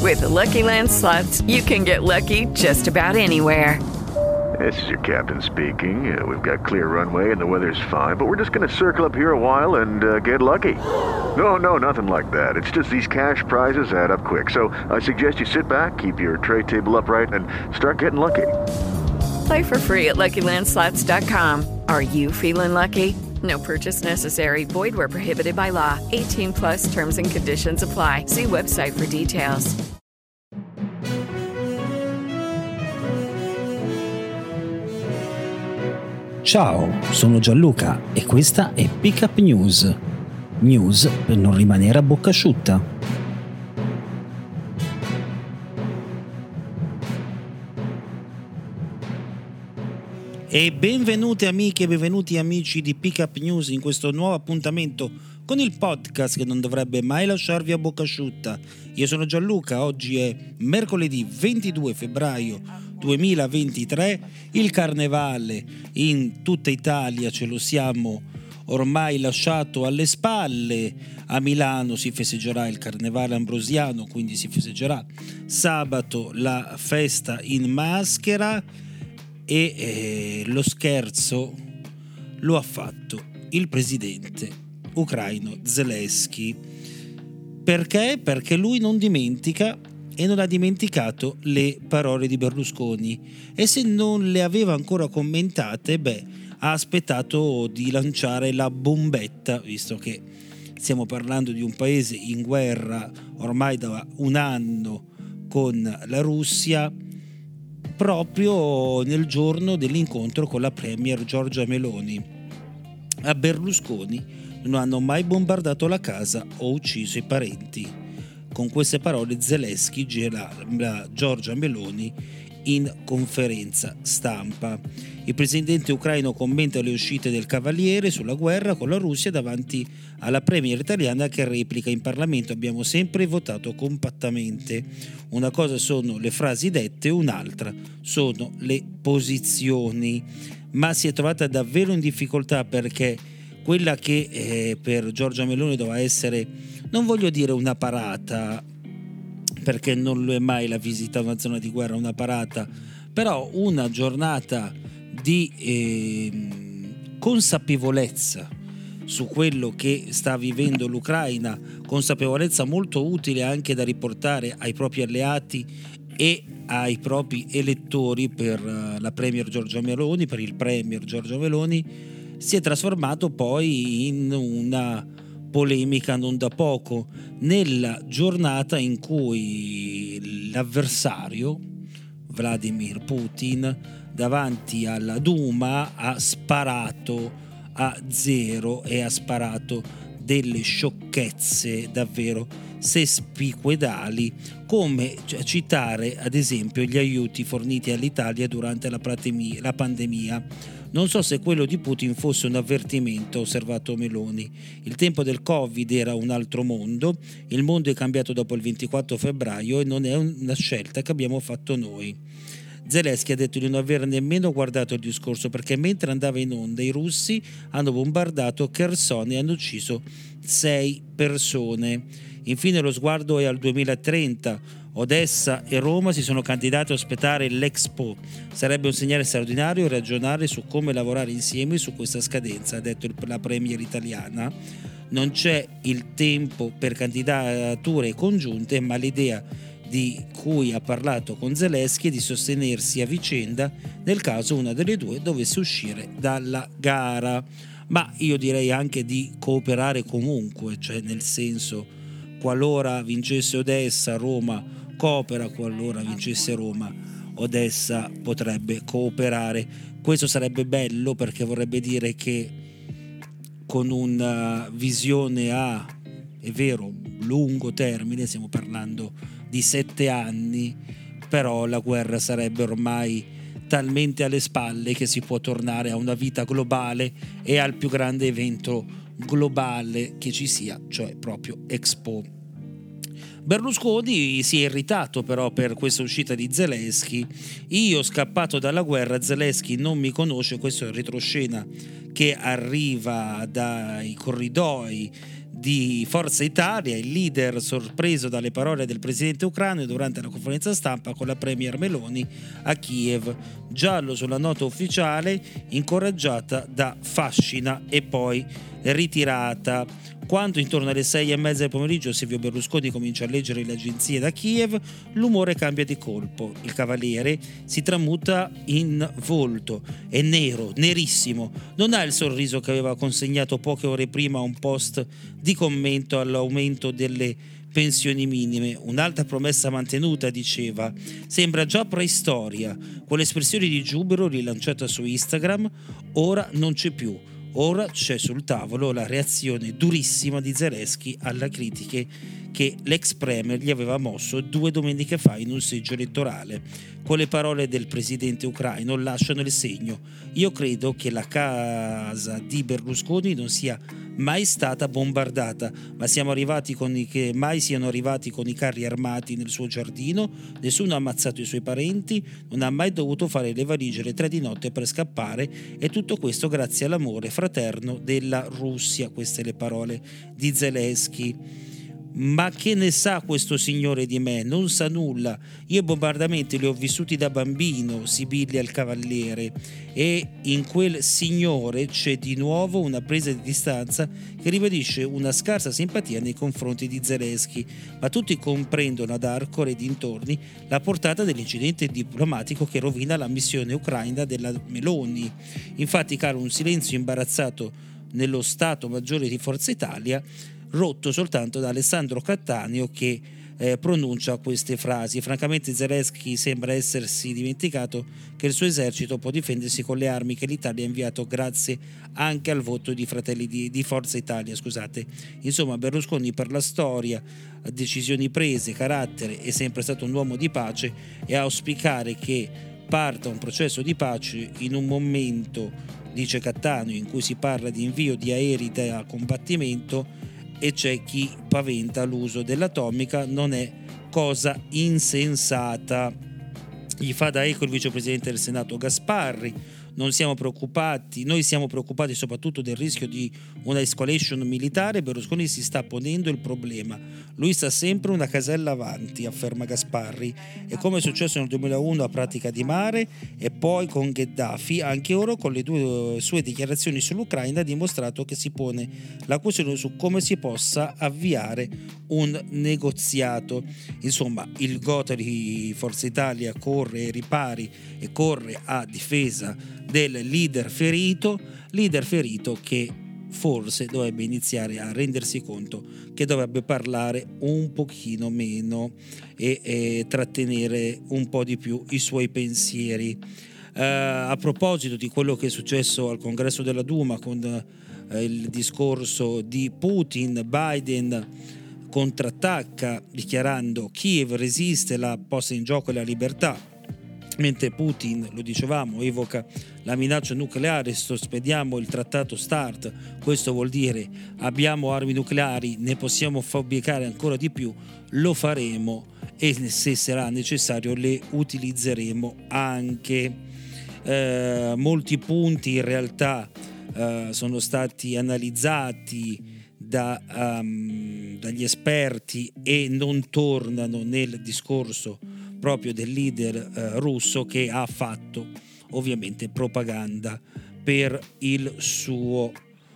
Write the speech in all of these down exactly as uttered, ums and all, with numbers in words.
With the Lucky Land Slots, you can get lucky just about anywhere. This is your captain speaking. Uh, we've got clear runway and the weather's fine, but we're just going to circle up here a while and uh, get lucky. No, no, nothing like that. It's just these cash prizes add up quick. So I suggest you sit back, keep your tray table upright, and start getting lucky. Play for free at Lucky Land Slots dot com. Are you feeling lucky? No purchase necessary. Void where prohibited by law. eighteen plus terms and conditions apply. See website for details. Ciao, sono Gianluca e questa è Pick Up News. News per non rimanere a bocca asciutta. E benvenute amiche e benvenuti amici di Pick Up News in questo nuovo appuntamento con il podcast che non dovrebbe mai lasciarvi a bocca asciutta. Io sono Gianluca, oggi è mercoledì ventidue febbraio duemilaventitré, il carnevale in tutta Italia ce lo siamo ormai lasciato alle spalle. A Milano si festeggerà il carnevale ambrosiano, quindi si festeggerà sabato la festa in maschera e eh, lo scherzo lo ha fatto il presidente ucraino Zelensky. Perché? Perché lui non dimentica e non ha dimenticato le parole di Berlusconi, e se non le aveva ancora commentate, beh, ha aspettato di lanciare la bombetta, visto che stiamo parlando di un paese in guerra ormai da un anno con la Russia, proprio nel giorno dell'incontro con la premier Giorgia Meloni. A Berlusconi non hanno mai bombardato la casa o ucciso i parenti. Con queste parole Zelensky gira la Giorgia Meloni in conferenza stampa. Il presidente ucraino commenta le uscite del cavaliere sulla guerra con la Russia davanti alla premier italiana che replica: in Parlamento abbiamo sempre votato compattamente. Una cosa sono le frasi dette, un'altra sono le posizioni. Ma si è trovata davvero in difficoltà, perché quella che eh, per Giorgia Meloni doveva essere, non voglio dire una parata, perché non lo è mai la visita a una zona di guerra una parata, però una giornata di eh, consapevolezza su quello che sta vivendo l'Ucraina, consapevolezza molto utile anche da riportare ai propri alleati e ai propri elettori per la premier Giorgia Meloni, per il premier Giorgia Meloni, si è trasformato poi in una polemica non da poco, nella giornata in cui l'avversario Vladimir Putin davanti alla Duma ha sparato a zero e ha sparato delle sciocchezze davvero sesquiquedali, come citare ad esempio gli aiuti forniti all'Italia durante la pandemia. Non so se quello di Putin fosse un avvertimento, ha osservato Meloni. Il tempo del Covid era un altro mondo, il mondo è cambiato dopo il ventiquattro febbraio e non è una scelta che abbiamo fatto noi. Zelensky ha detto di non aver nemmeno guardato il discorso, perché mentre andava in onda i russi hanno bombardato Kherson e hanno ucciso sei persone. Infine lo sguardo è al duemilatrenta. Odessa e Roma si sono candidate a ospitare l'Expo. Sarebbe un segnale straordinario ragionare su come lavorare insieme su questa scadenza, ha detto la premier italiana. Non c'è il tempo per candidature congiunte, ma l'idea di cui ha parlato con Zelensky è di sostenersi a vicenda nel caso una delle due dovesse uscire dalla gara. Ma io direi anche di cooperare comunque, cioè nel senso, qualora vincesse Odessa, Roma coopera, qualora vincesse Roma, Odessa potrebbe cooperare. Questo sarebbe bello, perché vorrebbe dire che con una visione a, è vero, lungo termine, stiamo parlando di sette anni, però la guerra sarebbe ormai talmente alle spalle che si può tornare a una vita globale e al più grande evento globale che ci sia, cioè proprio Expo. Berlusconi si è irritato però per questa uscita di Zelensky. Io scappato dalla guerra, Zelensky non mi conosce. Questo è il retroscena che arriva dai corridoi di Forza Italia, il leader sorpreso dalle parole del presidente ucraino durante la conferenza stampa con la premier Meloni a Kiev, giallo sulla nota ufficiale incoraggiata da Fascina e poi ritirata. Quando intorno alle sei e mezza del pomeriggio Silvio Berlusconi comincia a leggere le agenzie da Kiev, l'umore cambia di colpo. Il cavaliere si tramuta in volto, è nero, nerissimo, non ha il sorriso che aveva consegnato poche ore prima a un post di commento all'aumento delle pensioni minime. Un'altra promessa mantenuta, diceva, sembra già preistoria. Quell'espressione di giubilo rilanciata su Instagram ora non c'è più. Ora c'è sul tavolo la reazione durissima di Zelensky alle critiche che l'ex premier gli aveva mosso due domeniche fa in un seggio elettorale. Con le parole del presidente ucraino lasciano il segno. Io credo che la casa di Berlusconi non sia mai stata bombardata, ma siamo arrivati con i, che mai siano arrivati con i carri armati nel suo giardino, nessuno ha ammazzato i suoi parenti, non ha mai dovuto fare le valigie alle tre di notte per scappare, e tutto questo grazie all'amore fraterno della Russia. Queste le parole di Zelensky. Ma che ne sa questo signore di me? Non sa nulla. Io i bombardamenti li ho vissuti da bambino, sibiglia il cavaliere, e in quel signore c'è di nuovo una presa di distanza che ribadisce una scarsa simpatia nei confronti di Zelensky, ma tutti comprendono ad Arcore e dintorni la portata dell'incidente diplomatico che rovina la missione ucraina della Meloni. Infatti cala un silenzio imbarazzato nello Stato Maggiore di Forza Italia, rotto soltanto da Alessandro Cattaneo, che eh, pronuncia queste frasi. Francamente Zelensky sembra essersi dimenticato che il suo esercito può difendersi con le armi che l'Italia ha inviato grazie anche al voto di Fratelli di, di Forza Italia, scusate. Insomma, Berlusconi per la storia, decisioni prese, carattere, è sempre stato un uomo di pace, e auspicare che parta un processo di pace in un momento, dice Cattaneo, in cui si parla di invio di aerei da combattimento e c'è chi paventa l'uso dell'atomica, non è cosa insensata. Gli fa da eco il vicepresidente del Senato Gasparri. Non siamo preoccupati, noi siamo preoccupati soprattutto del rischio di una escalation militare. Berlusconi si sta ponendo il problema. Lui sta sempre una casella avanti, afferma Gasparri. E come è successo nel duemilauno a Pratica di Mare e poi con Gheddafi, anche ora con le due sue dichiarazioni sull'Ucraina ha dimostrato che si pone la questione su come si possa avviare un negoziato. Insomma, il Gotha di Forza Italia corre ai ripari e corre a difesa del leader ferito, leader ferito che forse dovrebbe iniziare a rendersi conto che dovrebbe parlare un pochino meno e, e trattenere un po' di più i suoi pensieri. Uh, a proposito di quello che è successo al congresso della Duma con uh, il discorso di Putin, Biden contrattacca dichiarando Kiev resiste, la posta in gioco è la libertà, mentre Putin, lo dicevamo, evoca la minaccia nucleare, sospediamo il trattato START. Questo vuol dire abbiamo armi nucleari, ne possiamo fabbricare ancora di più, lo faremo e se sarà necessario le utilizzeremo anche. Eh, molti punti in realtà eh, sono stati analizzati da, um, dagli esperti e non tornano nel discorso proprio del leader eh, russo, che ha fatto ovviamente propaganda per il suo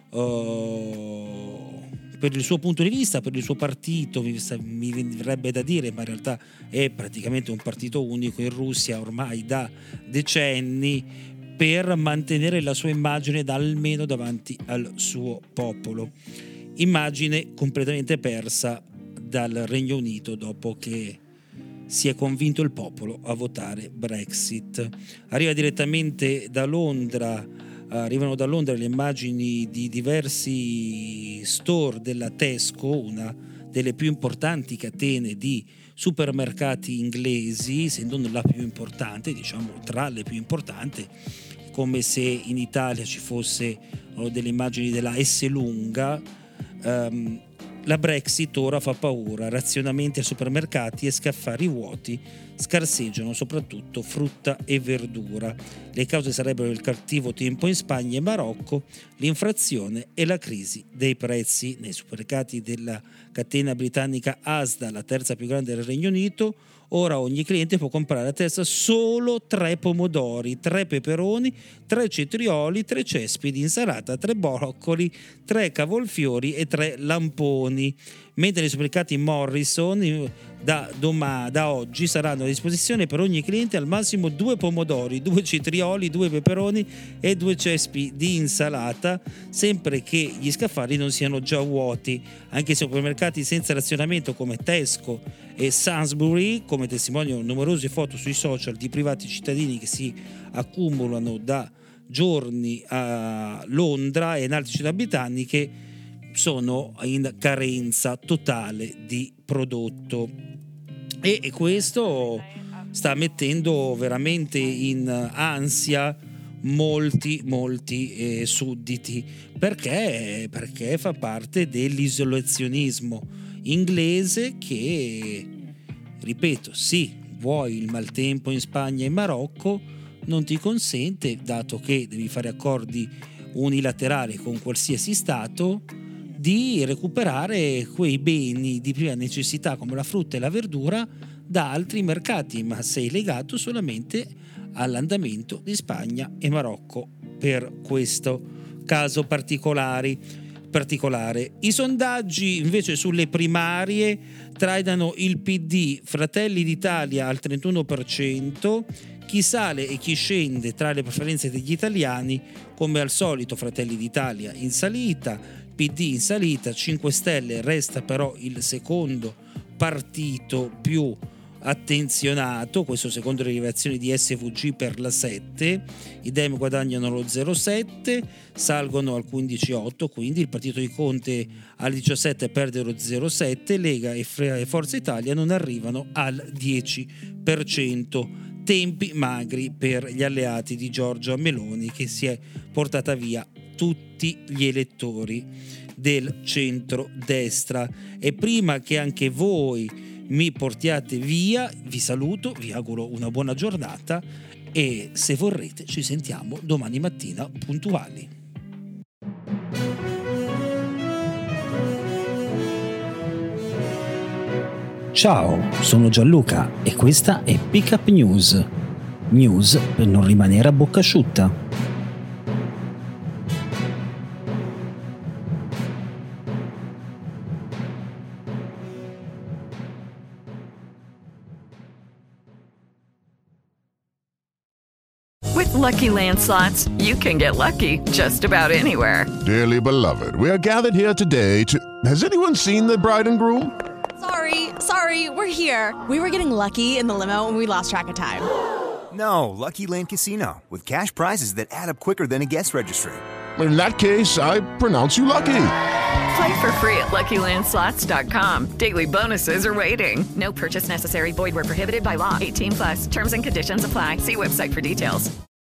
uh, per il suo punto di vista, per il suo partito, mi, mi verrebbe da dire, ma in realtà è praticamente un partito unico in Russia ormai da decenni, per mantenere la sua immagine da, almeno davanti al suo popolo. Immagine completamente persa dal Regno Unito dopo che si è convinto il popolo a votare Brexit. Arriva direttamente da Londra, arrivano da Londra le immagini di diversi store della Tesco, una delle più importanti catene di supermercati inglesi, se non la più importante, diciamo tra le più importanti, come se in Italia ci fosse delle immagini della Esselunga. Um, La Brexit ora fa paura, razionamenti ai supermercati e scaffali vuoti, scarseggiano soprattutto frutta e verdura. Le cause sarebbero il cattivo tempo in Spagna e Marocco, l'inflazione e la crisi dei prezzi. Nei supermercati della catena britannica Asda, la terza più grande del Regno Unito, ora ogni cliente può comprare a testa solo tre pomodori, tre peperoni, tre cetrioli, tre cespi di insalata, tre broccoli, tre cavolfiori e tre lamponi. Mentre nei supermercati Morrison da, doma, da oggi saranno a disposizione per ogni cliente al massimo due pomodori, due cetrioli, due peperoni e due cespi di insalata, sempre che gli scaffali non siano già vuoti. Anche supermercati senza razionamento come Tesco e Sainsbury, come testimoniano numerose foto sui social di privati cittadini che si accumulano da giorni a Londra e in altre città britanniche, sono in carenza totale di prodotto, e questo sta mettendo veramente in ansia molti molti eh, sudditi, perché perché fa parte dell'isolazionismo inglese che, ripeto, sì, vuoi il maltempo in Spagna e in Marocco, non ti consente, dato che devi fare accordi unilaterali con qualsiasi stato, di recuperare quei beni di prima necessità come la frutta e la verdura da altri mercati, ma sei legato solamente all'andamento di Spagna e Marocco per questo caso particolari, particolare. I sondaggi invece sulle primarie trainano il P D, Fratelli d'Italia al trentuno per cento, chi sale e chi scende tra le preferenze degli italiani, come al solito Fratelli d'Italia in salita, P D in salita, cinque Stelle resta però il secondo partito più attenzionato, questo secondo le rilevazioni di S V G per la sette, i Dem guadagnano lo zero virgola sette, salgono al quindici virgola otto, quindi il partito di Conte al diciassette perde lo zero virgola sette, Lega e Forza Italia non arrivano al dieci per cento. Tempi magri per gli alleati di Giorgia Meloni, che si è portata via tutti gli elettori del centro-destra. E prima che anche voi mi portiate via, vi saluto, vi auguro una buona giornata e, se vorrete, ci sentiamo domani mattina puntuali. Ciao, sono Gianluca e questa è Pick Up News. News per non rimanere a bocca asciutta. With Lucky Land Slots, you can get lucky just about anywhere. Dearly beloved, we are gathered here today to... Has anyone seen the bride and groom? Sorry, sorry, we're here. We were getting lucky in the limo and we lost track of time. No, Lucky Land Casino, with cash prizes that add up quicker than a guest registry. In that case, I pronounce you lucky. Play for free at Lucky Land Slots dot com. Daily bonuses are waiting. No purchase necessary. Void where prohibited by law. eighteen plus. Terms and conditions apply. See website for details.